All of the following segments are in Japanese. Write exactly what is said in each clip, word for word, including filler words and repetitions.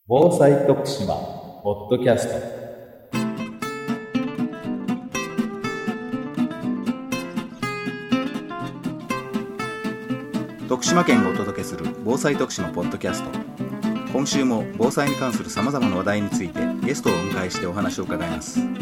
防災徳島ポッドキャスト。 徳島県がお届けする防災徳島ポッドキャスト。今週も防災に関するさまざまな話題についてゲストをお迎えしてお話を伺います。 今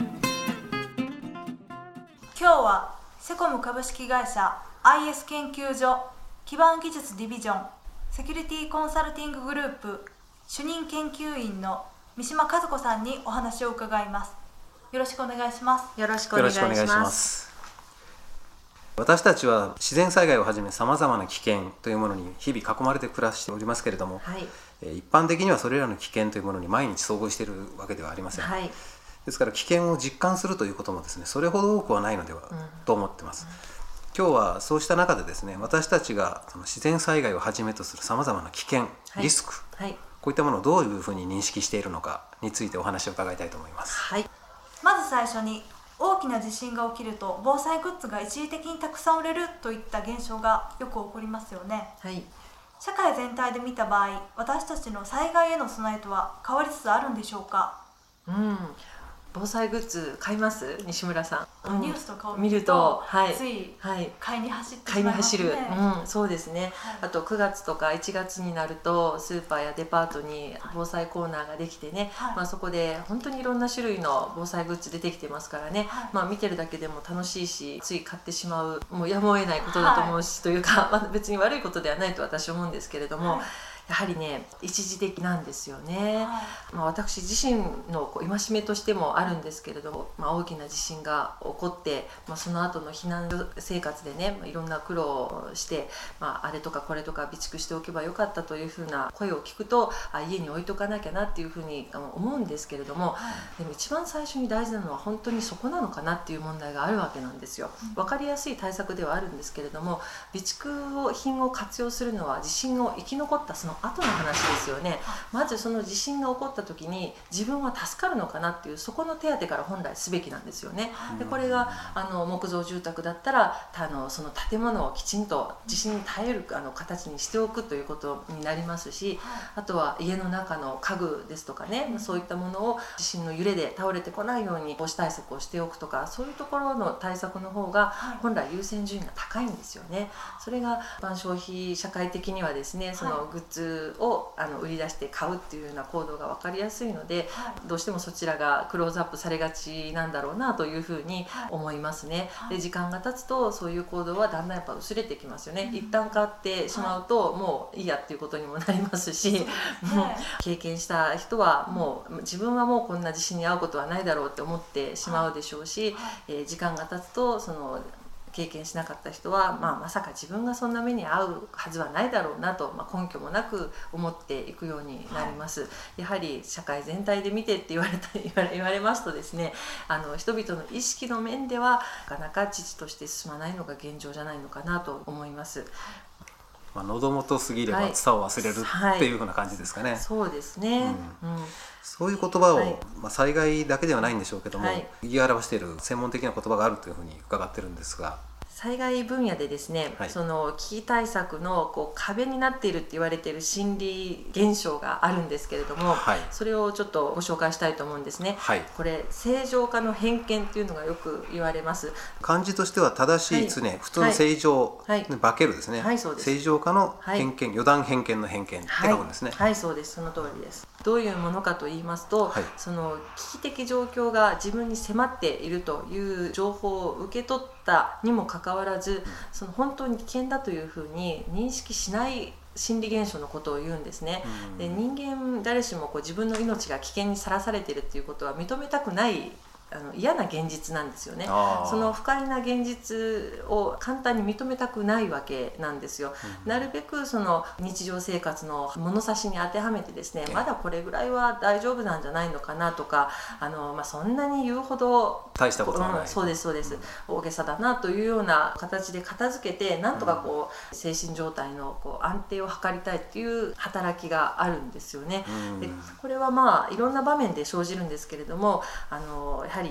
日はセコム株式会社 アイエス 研究所基盤技術ディビジョンセキュリティコンサルティンググループ主任研究員の三島和子さんにお話を伺います。よろしくお願いします。 よろしくお願いします。 私たちは自然災害をはじめさまざまな危険というものに日々囲まれて暮らしておりますけれども、はい、一般的にはそれらの危険というものに毎日遭遇しているわけではありません、はい、ですから危険を実感するということもですね、それほど多くはないのでは、うん、と思っています、うん、今日はそうした中でですね、私たちがその自然災害をはじめとするさまざまな危険、はい、リスク、はい、こういったものをどういうふうに認識しているのかについてお話を伺いたいと思います、 はい、まず最初に大きな地震が起きると防災グッズが一時的にたくさん売れるといった現象がよく起こりますよね、はい、社会全体で見た場合、私たちの災害への備えとは変わりつつあるんでしょうか。 うん、防災グッズ買います？西村さん、 うん、ニュースとかを見ると、はい、つい買いに走ってしまいますね。 買いに走る、うん、そうですね、はい、あとくがつとかいちがつになるとスーパーやデパートに防災コーナーができてね、はい、まあ、そこで本当にいろんな種類の防災グッズ出てきてますからね、はい、まあ、見てるだけでも楽しいし、つい買ってしまう、もうやむを得ないことだと思うし、はい、というか、まあ、別に悪いことではないと私は思うんですけれども、はい、やはりね、一時的なんですよね、はい、まあ、私自身のこう戒めとしてもあるんですけれども、まあ、大きな地震が起こって、まあ、その後の避難生活でね、まあ、いろんな苦労をして、まあ、あれとかこれとか備蓄しておけばよかったというふうな声を聞くと、あ、家に置いとかなきゃなっていうふうに思うんですけれども、はい、でも一番最初に大事なのは本当にそこなのかなっていう問題があるわけなんですよ。分かりやすい対策ではあるんですけれども、備蓄品を活用するのは地震を生き残ったその後の話ですよね。まずその地震が起こった時に自分は助かるのかなっていう、そこの手当てから本来すべきなんですよね。でこれがあの木造住宅だったら、あのその建物をきちんと地震に耐えるあの形にしておくということになりますし、あとは家の中の家具ですとかね、そういったものを地震の揺れで倒れてこないように防止対策をしておくとか、そういうところの対策の方が本来優先順位が高いんですよね。それが一般消費社会的にはですね、そのグッズをあの売り出して買うっていうような行動が分かりやすいので、どうしてもそちらがクローズアップされがちなんだろうなというふうに思いますね。で時間が経つとそういう行動はだんだんやっぱ薄れてきますよね。一旦買ってしまうともういいやっていうことにもなりますし、もう経験した人はもう自分はもうこんな地震に遭うことはないだろうって思ってしまうでしょうし、えー、時間が経つとその経験しなかった人は、まあ、まさか自分がそんな目に遭うはずはないだろうなと、まあ、根拠もなく思っていくようになります、はい、やはり社会全体で見てって言われた言われ言われますとですね、あの人々の意識の面ではなかなか遅々として進まないのが現状じゃないのかなと思います。 まあ、喉元過ぎれば草を忘れる、はい、っていうふうな感じですかね、はい、 そうですね、 うんうん、そういう言葉を、はい、まあ、災害だけではないんでしょうけども、はい、言い表している専門的な言葉があるというふうに伺ってるんですが、 災害分野でですね、はい、その危機対策のこう壁になっているって言われている心理現象があるんですけれども、はい、それをちょっとご紹介したいと思うんですね、はい、これ正常化の偏見っていうのがよく言われます。 漢字としては正しい常、はい、普通の正常、はい、化けるですね、はい、そうです。正常化の偏見、はい、予断偏見の偏見って書くんですね。 はい、はい、そうです。その通りです。どういうものかと言いますと、はい、その危機的状況が自分に迫っているという情報を受け取ったにもかかわらず、うん、その本当に危険だというふうに認識しない心理現象のことを言うんですね、うん、で人間誰しもこう自分の命が危険にさらされているということは認めたくないあの嫌な現実なんですよね。その不快な現実を簡単に認めたくないわけなんですよ、うん、なるべくその日常生活の物差しに当てはめてですね、まだこれぐらいは大丈夫なんじゃないのかなとか、あの、まあ、そんなに言うほど大したことはない、 うん、そうですそうです、うん、大げさだなというような形で片付けて、なんとかこう、うん、精神状態のこう安定を図りたいっていう働きがあるんですよね、うん、でこれはまあいろんな場面で生じるんですけれども、あのやはり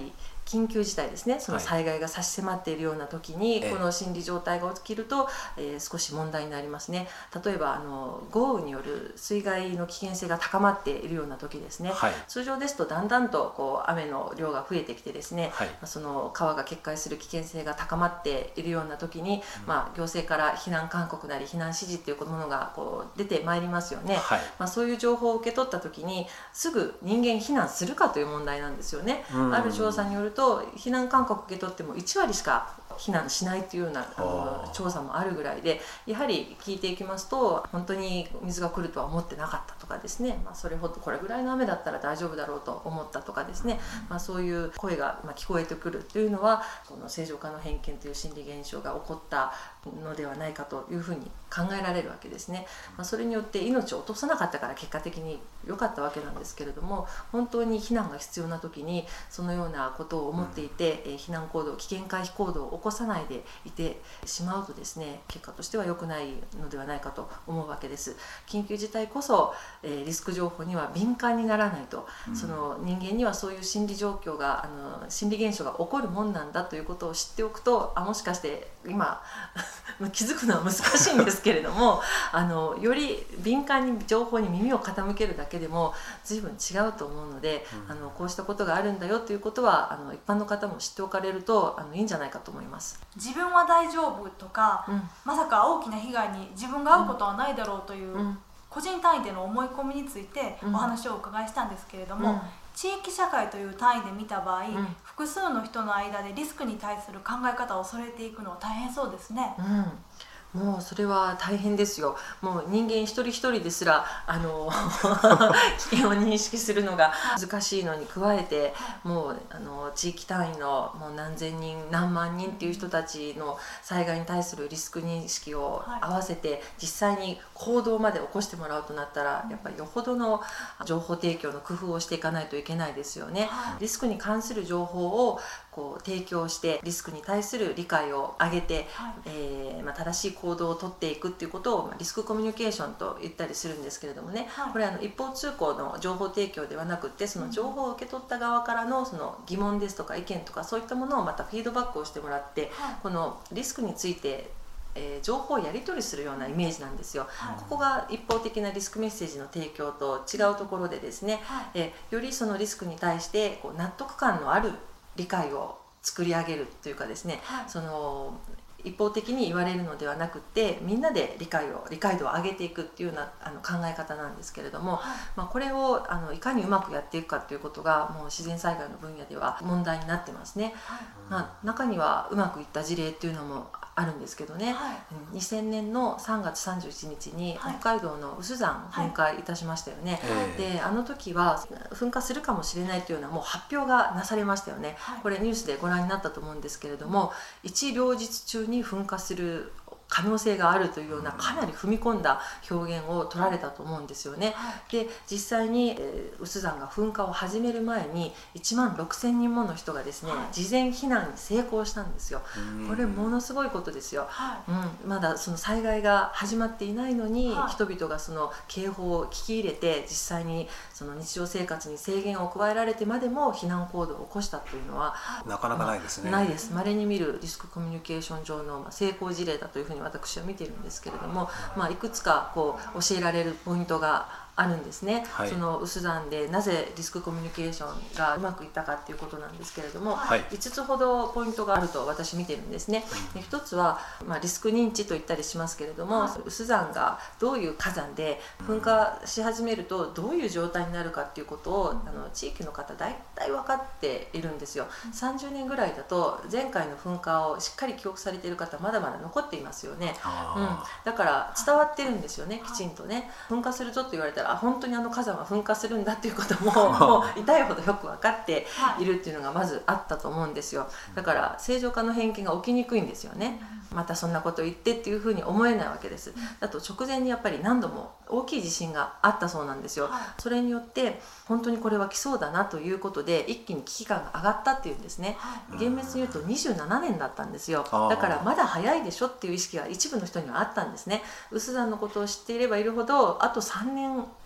緊急事態ですね、その災害が差し迫っているような時に、はい、この心理状態が起きると、えー、少し問題になりますね。例えばあの豪雨による水害の危険性が高まっているような時ですね、はい、通常ですとだんだんとこう雨の量が増えてきてですね、はい、その川が決壊する危険性が高まっているような時に、うん、まあ、行政から避難勧告なり避難指示というものがこう出てまいりますよね、はい、まあ、そういう情報を受け取った時にすぐ人間避難するかという問題なんですよね。うん、ある調査によると避難勧告受け取ってもいちわりしか避難しないというようなあの調査もあるぐらいで、やはり聞いていきますと本当に水が来るとは思ってなかったとかですね、まあ、それほどこれぐらいの雨だったら大丈夫だろうと思ったとかですね、まあ、そういう声がまあ聞こえてくるというのはこの正常化の偏見という心理現象が起こったのではないかというふうに考えられるわけですね。まあ、それによって命を落とさなかったから結果的に良かったわけなんですけれども、本当に避難が必要な時にそのようなことを思っていて、えー、避難行動危険回避行動を起こさないでいてしまうとですね、結果としては良くないのではないかと思うわけです。緊急事態こそ、えー、リスク情報には敏感にならないと、うん、その人間にはそういう心理状況があの心理現象が起こるもんなんだということを知っておくと、あもしかして今気づくのは難しいんですけれどもあのより敏感に情報に耳を傾けるだけでも随分違うと思うので、うん、あのこうしたことがあるんだよということはあの一般の方も知っておかれるとあのいいんじゃないかと思います。 自分は大丈夫とか、うん、まさか大きな被害に自分が遭うことはないだろうという、うん、個人単位での思い込みについてお話をお伺いしたんですけれども、うん、地域社会という単位で見た場合、うん、複数の人の間でリスクに対する考え方を揃えていくのは大変そうですね。 うん、もうそれは大変ですよ。もう人間一人一人ですらあの危険を認識するのが難しいのに加えて、もうあの地域単位のもう何千人何万人っていう人たちの災害に対するリスク認識を合わせて実際に行動まで起こしてもらうとなったら、やっぱりよほどの情報提供の工夫をしていかないといけないですよね。リスクに関する情報をこう提供してリスクに対する理解を上げて、はい、えーまあ、正しい行動をとっていくっていうことを、まあ、リスクコミュニケーションと言ったりするんですけれどもね、はい、これはあの一方通行の情報提供ではなくて、その情報を受け取った側からのその疑問ですとか意見とかそういったものをまたフィードバックをしてもらって、はい、このリスクについてえー、情報をやり取りするようなイメージなんですよ。はい、ここが一方的なリスクメッセージの提供と違うところでですね、はい、えー、よりそのリスクに対してこう納得感のある理解を作り上げるというかですね、はい、その一方的に言われるのではなくて、みんなで理解を理解度を上げていくっていうようなあの考え方なんですけれども、はい、まあ、これをあのいかにうまくやっていくかということがもう自然災害の分野では問題になってますね。はい、まあ、中にはうまくいった事例っていうのもあるんですけどね、はい、にせんねんのさんがつさんじゅういちにちに北海道の有珠山噴火いたしましたよね。はい、であの時は噴火するかもしれないというようなもう発表がなされましたよね。はい、これニュースでご覧になったと思うんですけれども、一両日中に噴火する可能性があるというようなかなり踏み込んだ表現を取られたと思うんですよね。はい、で実際に、えー、有珠山が噴火を始める前にいちまんろくせんにんもの人がですね、はい、事前避難に成功したんですよ。これものすごいことですよ。はい、うん、まだその災害が始まっていないのに、はい、人々がその警報を聞き入れて実際にその日常生活に制限を加えられてまでも避難行動を起こしたというのはなかなかないですね。 まあ、ないです。稀に見るリスクコミュニケーション上の成功事例だというふうに私は見ているんですけれども、まあ、いくつかこう教えられるポイントがあるんですね。はい、その有珠山でなぜリスクコミュニケーションがうまくいったかっていうことなんですけれども、はい、いつつほどポイントがあると私見てるんですね。で一つは、まあ、リスク認知と言ったりしますけれども、はい、有珠山がどういう火山で噴火し始めるとどういう状態になるかっていうことを、うん、あの地域の方大体分かっているんですよ。さんじゅうねんぐらいだと前回の噴火をしっかり記憶されている方まだまだ残っていますよね。うん、だから伝わってるんですよね、きちんとね。噴火するとって言われたらあ本当にあの火山は噴火するんだっていうことももう痛いほどよく分かっているっていうのがまずあったと思うんですよ。だから正常化の偏見が起きにくいんですよね。またそんなこと言ってっていうふうに思えないわけです。あと直前にやっぱり何度も大きい地震があったそうなんですよ。それによって本当にこれは来そうだなということで一気に危機感が上がったっていうんですね。厳密に言うとにじゅうななねんだったんですよ。だからまだ早いでしょっていう意識が一部の人にはあったんですね。有珠山のことを知っていればいるほどあとさんねん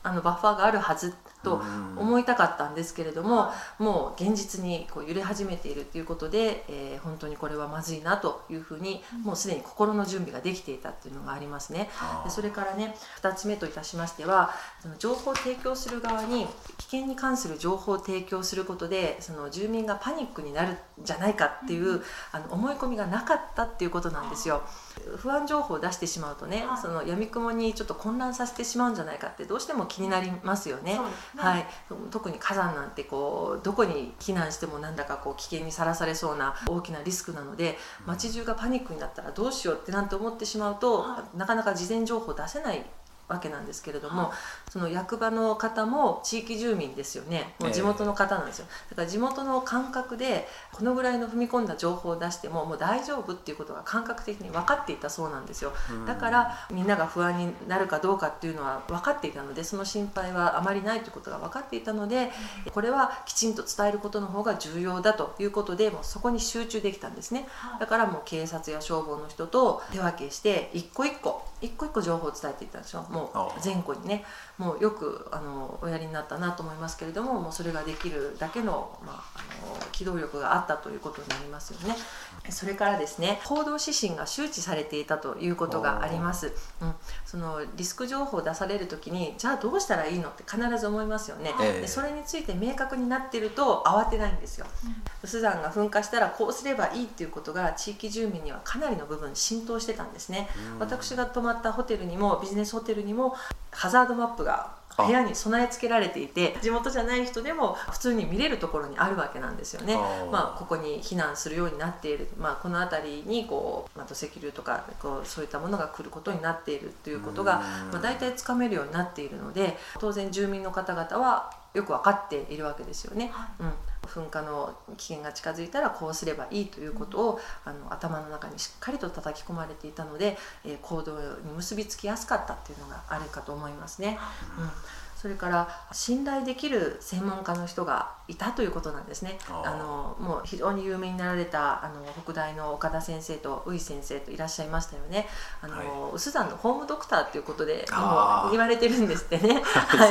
あのバッファーがあるはずと思いたかったんですけれども、もう現実にこう揺れ始めているということで、えー、本当にこれはまずいなというふうにもうすでに心の準備ができていたっていうのがありますね。でそれからね、ふたつめといたしましては、その情報を提供する側に危険に関する情報を提供することでその住民がパニックになるんじゃないかっていう、うん、あの思い込みがなかったっていうことなんですよ。不安情報を出してしまうとね、その闇雲にちょっと混乱させてしまうんじゃないかってどうしても気になりますよね。 そうですね。 はい、特に火山なんてこうどこに避難してもなんだかこう危険にさらされそうな大きなリスクなので、街中がパニックになったらどうしようってなんて思ってしまうと、はい、なかなか事前情報を出せないわけなんですけれども、はい、その役場の方も地域住民ですよね。もう地元の方なんですよ。だから地元の感覚でこのぐらいの踏み込んだ情報を出してももう大丈夫っていうことが感覚的に分かっていたそうなんですよ。だからみんなが不安になるかどうかっていうのは分かっていたので、その心配はあまりないということが分かっていたので、これはきちんと伝えることの方が重要だということで、もうそこに集中できたんですね。だからもう警察や消防の人と手分けして一個一個一個一個情報を伝えていったんですよ。もう前後にね、もうよくあのおやりになったなと思いますけれども、もうそれができるだけの、まあ、あの機動力があったということになりますよね。それからですね、行動指針が周知されていたということがあります。うん、そのリスク情報を出されるときに、じゃあどうしたらいいのって必ず思いますよね。でそれについて明確になっていると慌てないんですよ。有珠山が噴火したらこうすればいいっていうことが地域住民にはかなりの部分浸透してたんですね。私が泊まったホテルにもビジネスホテルにもハザードマップが部屋に備え付けられていて、地元じゃない人でも普通に見れるところにあるわけなんですよね。まあ、ここに避難するようになっている、まあ、この辺りにこう、まあ、土石流とかこうそういったものが来ることになっているということが、まあ、大体つかめるようになっているので、当然住民の方々はよく分かっているわけですよね。うん、噴火の危険が近づいたらこうすればいいということを、うん、あの頭の中にしっかりと叩き込まれていたので、えー、行動に結びつきやすかったっていうのがあるかと思いますね。うん、それから信頼できる専門家の人がいたということなんですね。あのもう非常に有名になられたあの北大の岡田先生と宇井先生といらっしゃいましたよね。あの、はい、有珠山のホームドクターということでもう言われてるんですってね。はい、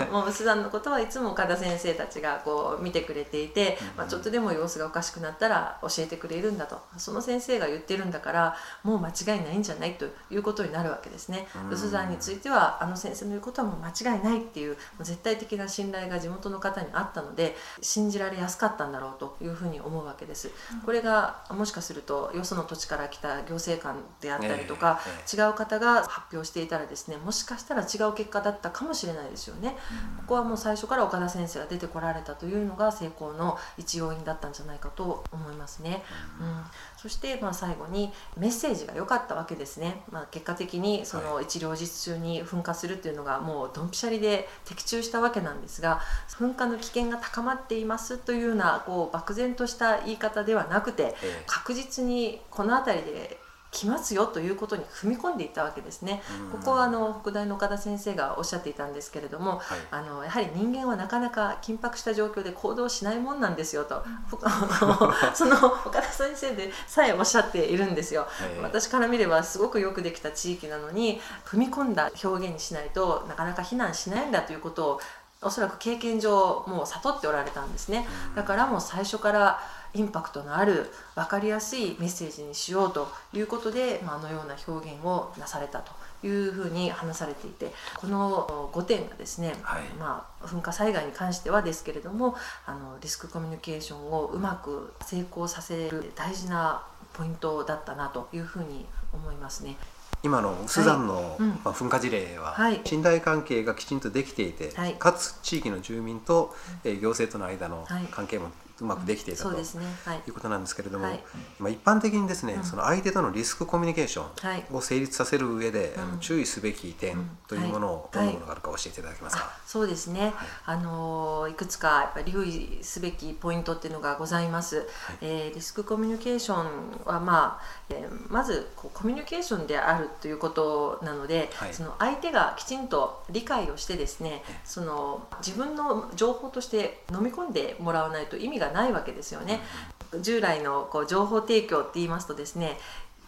もう有珠山のことはいつも岡田先生たちがこう見てくれていて、まあ、ちょっとでも様子がおかしくなったら教えてくれるんだと、その先生が言ってるんだからもう間違いないんじゃないということになるわけですね。有珠山についてはあの先生の言うことはもう間違いないっていう絶対的な信頼が地元の方にあったので、信じられやすかったんだろうというふうに思うわけです。これがもしかするとよその土地から来た行政官であったりとか、えーえー、違う方が発表していたらですね、もしかしたら違う結果だったかもしれないですよね。ここはもう最初から岡田先生が出てこられたというのが成功の一要因だったんじゃないかと思いますね。うん、そしてまあ最後にメッセージが良かったわけですね。まあ、結果的にその一両日中に噴火するというのがもうドンピシャリで的中したわけなんですが、噴火の危険が高まっていますというようなこう漠然とした言い方ではなくて、確実にこの辺りで来ますよということに踏み込んでいったわけですね。ここはあの北大の岡田先生がおっしゃっていたんですけれども、はい、あのやはり人間はなかなか緊迫した状況で行動しないもんなんですよと、その岡田先生でさえおっしゃっているんですよ。私から見ればすごくよくできた地域なのに踏み込んだ表現にしないとなかなか避難しないんだということをおそらく経験上もう悟っておられたんですね。だからもう最初からインパクトのある分かりやすいメッセージにしようということで、まあ、あのような表現をなされたというふうに話されていて、このごてんがですね、はい、まあ、噴火災害に関してはですけれども、あのリスクコミュニケーションをうまく成功させる大事なポイントだったなというふうに思いますね。 今の有珠山の、はい、うん、まあ、噴火事例は、はい、信頼関係がきちんとできていて、はい、かつ地域の住民と、うん、えー、行政との間の関係もうまくできていた、うん、と、ね、はい、いうことなんですけれども、はい、まあ、一般的にですね、うん、その相手とのリスクコミュニケーションを成立させる上で、はい、あの注意すべき点というものを、うん、どんなものがあるか教えていただけますか。はい、 そうですね、はい、あのいくつかやっぱり留意すべきポイントっていうのがございます。はい、えー、リスクコミュニケーションは、まあえー、まずこうコミュニケーションであるということなので、はい、その相手がきちんと理解をしてですね、その自分の情報として飲み込んでもらわないと意味がないわけですよね。うん、従来のこう情報提供って言いますとですね、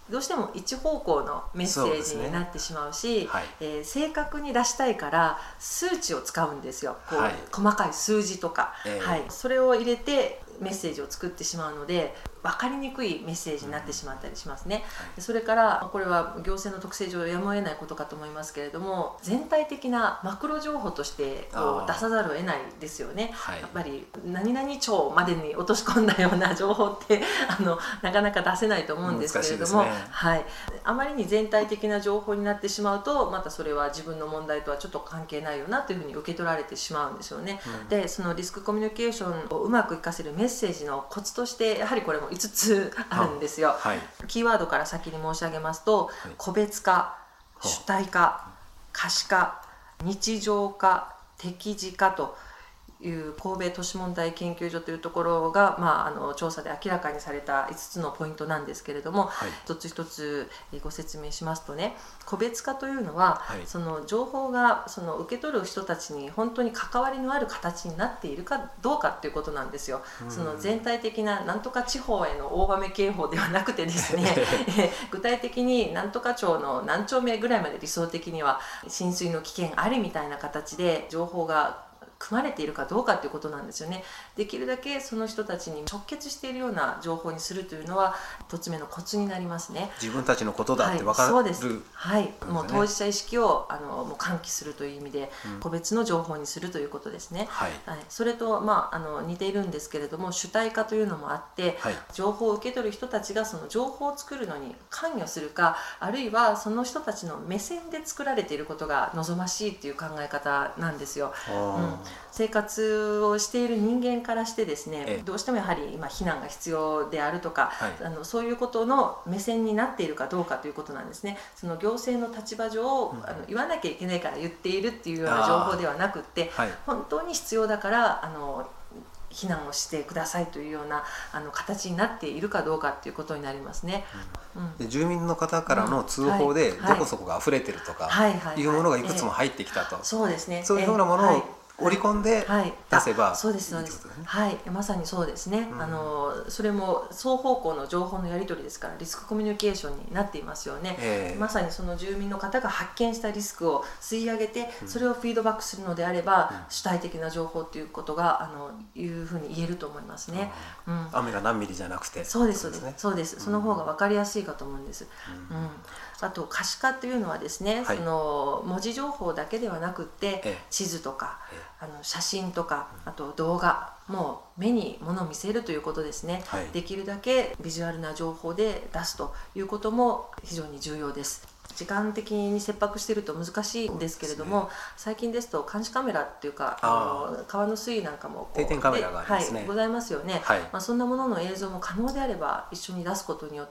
どうしても一方向のメッセージになってしまうし、 はいえー、正確に出したいから数値を使うんですよ。こう、 はい、 細かい数字とか、 えーはい、それを入れてメッセージを作ってしまうので分かりにくいメッセージになってしまったりしますね。うん、それからこれは行政の特性上やむを得ないことかと思いますけれども、全体的なマクロ情報としてこう出さざるを得ないですよね。はい、やっぱり何々町までに落とし込んだような情報ってあのなかなか出せないと思うんですけれども、ね、はい、あまりに全体的な情報になってしまうとまたそれは自分の問題とはちょっと関係ないよなというふうに受け取られてしまうんですよね。うん、でそのリスクコミュニケーションをうまく活かせるメッセージのコツとしてやはりこれもいつつあるんですよ。はい、キーワードから先に申し上げますと、はい、個別化、主体化、可視化、日常化、適時化という神戸都市問題研究所というところが、まあ、あの調査で明らかにされたいつつのポイントなんですけれども、はい、一つ一つご説明しますとね、個別化というのは、はい、その情報がその受け取る人たちに本当に関わりのある形になっているかどうかということなんですよ。その全体的ななんとか地方への大雨警報ではなくてですね具体的になんとか町の何丁目ぐらいまで理想的には浸水の危険ありみたいな形で情報が組まれているかどうかということなんですよね。できるだけその人たちに直結しているような情報にするというのは一つ目のコツになりますね。 自分たちのことだって分かる、 はい、そうです。はい、もう当事者意識をあのもう喚起するという意味で、うん、個別の情報にするということですね。はいはい、それと、まあ、あの似ているんですけれども、主体化というのもあって、はい、情報を受け取る人たちがその情報を作るのに関与するか、あるいはその人たちの目線で作られていることが望ましいという考え方なんですよ。うん、生活をしている人間からしてですね、ええ、どうしてもやはり今避難が必要であるとか、はい、あのそういうことの目線になっているかどうかということなんですね。その行政の立場上、うん、あの言わなきゃいけないから言っているっていうような情報ではなくって、はい、本当に必要だからあの避難をしてくださいというようなあの形になっているかどうかということになりますね。 うん、で住民の方からの通報でどこそこが溢れてるとかいうものがいくつも入ってきたと、 そうですね。 そういうようなものを織り込んで出せば、はい、 そうですそうです、はい、まさにそうですね。うん、あのそれも双方向の情報のやり取りですからリスクコミュニケーションになっていますよね。えー、まさにその住民の方が発見したリスクを吸い上げてそれをフィードバックするのであれば、うん、主体的な情報ということがあのいうふうに言えると思いますね。 うんうん、雨が何ミリじゃなくて、 そうですそうです、ね、そうです。その方が分かりやすいかと思うんです。うんうん、あと可視化というのはですね、はい、その文字情報だけではなくって、え地図とか、えあの写真とか、あと動画、もう目に物を見せるということですね。はい、できるだけビジュアルな情報で出すということも非常に重要です。時間的に切迫していると難しいんですけれども、ね、最近ですと監視カメラっていうかあの川の水位なんかも定点カメラがありますね、 はい、ございますよね。はい、まあ、そんなものの映像も可能であれば一緒に出すことによって、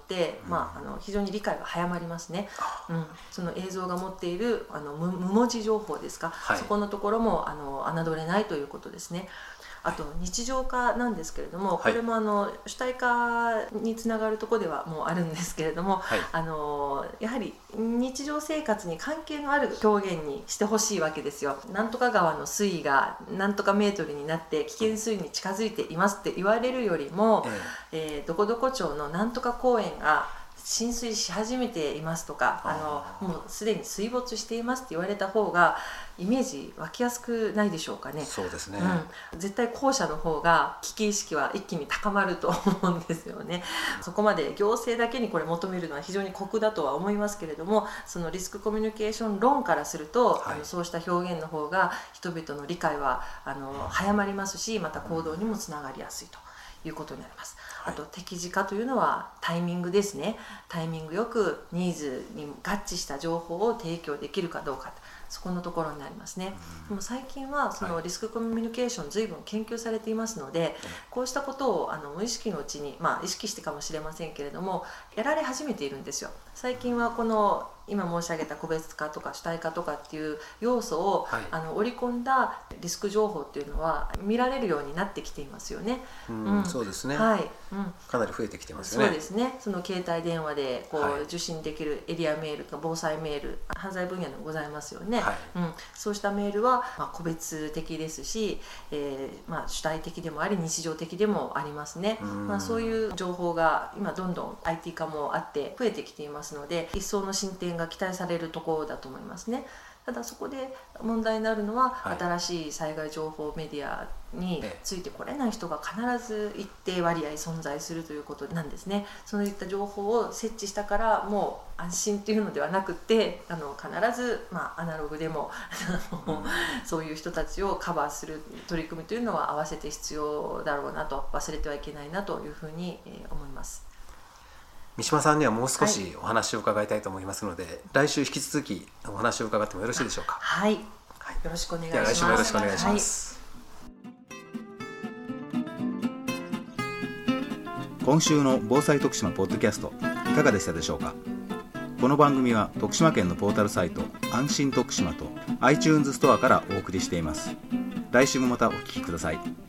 うん、まあ、あの非常に理解が早まりますね。うん、その映像が持っているあの 無, 無文字情報ですか、はい、そこのところもあの侮れないということですね。あと日常化なんですけれども、これもあの主体化につながるところではもうあるんですけれども、はい、あのやはり日常生活に関係のある表現にしてほしいわけですよ。なんとか川の水位がなんとかメートルになって危険水位に近づいていますって言われるよりも、えーえー、どこどこ町のなんとか公園が浸水し始めていますとか、あのもうすでに水没していますって言われた方がイメージ湧きやすくないでしょうかね。 そうですね、 うん、絶対後者の方が危機意識は一気に高まると思うんですよね。そこまで行政だけにこれ求めるのは非常に酷だとは思いますけれども、そのリスクコミュニケーション論からすると、はい、あのそうした表現の方が人々の理解はあの早まりますし、また行動にもつながりやすいということになります。あと適時化というのはタイミングですね。タイミングよくニーズに合致した情報を提供できるかどうか、そこのところになりますね。でも最近はそのリスクコミュニケーション随分研究されていますので、こうしたことをあの無意識のうちに、まあ、意識してかもしれませんけれどもやられ始めているんですよ。最近はこの今申し上げた個別化とか主体化とかっていう要素を、はい、あの織り込んだリスク情報っていうのは見られるようになってきていますよね。 うん、うん、そうですね、 はい、うん、 かなり増えてきてますね。 そうですね。その携帯電話でこう、はい、受信できるエリアメールとか防災メール、犯罪分野でもございますよね、はい、うん、そうしたメールは、まあ、個別的ですし、えーまあ、主体的でもあり日常的でもありますね。まあ、そういう情報が今どんどん アイティー 化もあって増えてきていますので、一層の進展が期待されるところだと思いますね。ただそこで問題になるのは、はい、新しい災害情報メディアについてこれない人が必ず一定割合存在するということなんですね。そういった情報を設置したからもう安心というのではなくて、あの必ず、まあ、アナログでもそういう人たちをカバーする取り組みというのは合わせて必要だろうなと、忘れてはいけないなというふうに思います。 三島さんにはもう少しお話を伺いたいと思いますので、はい、来週引き続きお話を伺ってもよろしいでしょうか。 はい、はい、よろしくお願いします。 来週もよろしくお願いします。 はい、今週の防災徳島ポッドキャストいかがでしたでしょうか。この番組は徳島県のポータルサイト安心徳島と iTunes ストアからお送りしています。来週もまたお聞きください。